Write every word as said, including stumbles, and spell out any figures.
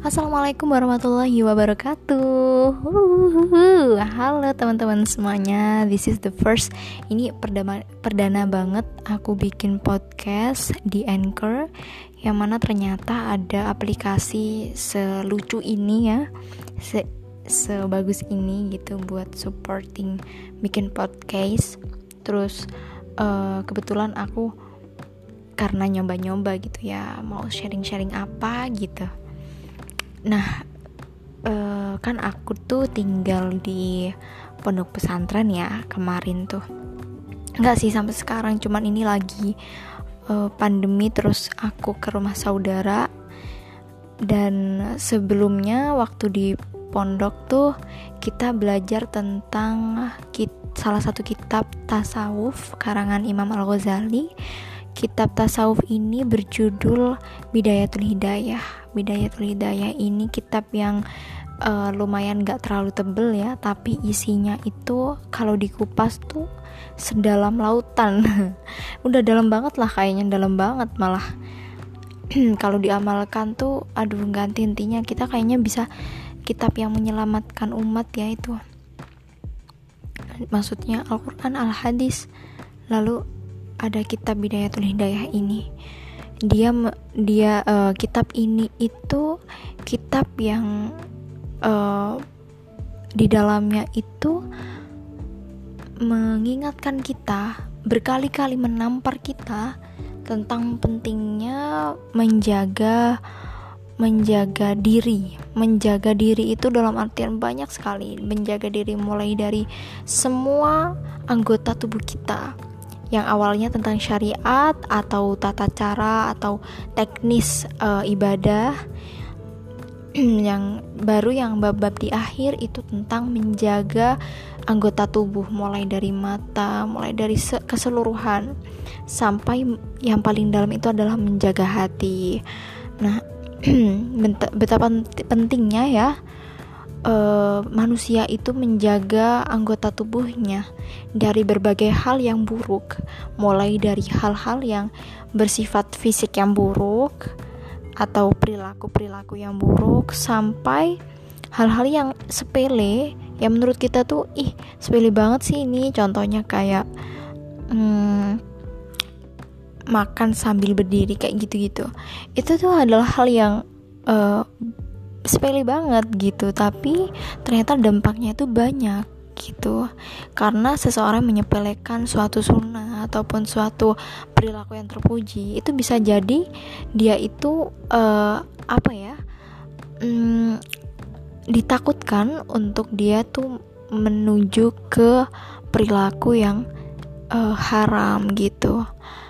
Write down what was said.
Assalamualaikum warahmatullahi wabarakatuh. Uhuhu. Halo teman-teman semuanya. This is the first. Ini perdana, perdana banget aku bikin podcast di Anchor, yang mana ternyata ada aplikasi selucu ini ya, se sebagus ini gitu buat supporting bikin podcast. Terus uh, kebetulan aku karena nyoba-nyoba gitu ya, mau sharing-sharing apa gitu. Nah, uh, kan aku tuh tinggal di pondok pesantren ya kemarin tuh. Enggak sih sampai sekarang, cuman ini lagi uh, pandemi, terus aku ke rumah saudara. Dan sebelumnya waktu di pondok tuh kita belajar tentang kit- salah satu kitab tasawuf karangan Imam Al-Ghazali. Kitab tasawuf ini berjudul Bidayatul Hidayah. Bidayatul Hidayah ini kitab yang uh, lumayan gak terlalu tebel ya, tapi isinya itu kalau dikupas tuh sedalam lautan. Udah dalam banget lah, kayaknya dalam banget malah. Kalau diamalkan tuh aduh ganti intinya kita kayaknya bisa kitab yang menyelamatkan umat ya itu. Maksudnya Al-Quran, Al-Hadis. Lalu ada kitab Bidayatul Hidayah ini. Dia dia uh, kitab ini itu kitab yang uh, di dalamnya itu mengingatkan kita, berkali-kali menampar kita tentang pentingnya menjaga menjaga diri. Menjaga diri itu dalam artian banyak sekali. Menjaga diri mulai dari semua anggota tubuh kita, yang awalnya tentang syariat atau tata cara atau teknis e, ibadah, yang baru yang bab-bab di akhir itu tentang menjaga anggota tubuh mulai dari mata, mulai dari se- keseluruhan sampai yang paling dalam itu adalah menjaga hati. Nah, betapa pentingnya ya Uh, manusia itu menjaga anggota tubuhnya dari berbagai hal yang buruk, mulai dari hal-hal yang bersifat fisik yang buruk atau perilaku-perilaku yang buruk, sampai hal-hal yang sepele yang menurut kita tuh ih sepele banget sih ini. Contohnya kayak hmm, makan sambil berdiri kayak gitu-gitu. Itu tuh adalah hal yang uh, sepele banget gitu, tapi ternyata dampaknya itu banyak gitu, karena seseorang menyepelekan suatu sunnah ataupun suatu perilaku yang terpuji, itu bisa jadi dia itu uh, apa ya um, ditakutkan untuk dia tuh menuju ke perilaku yang uh, haram gitu.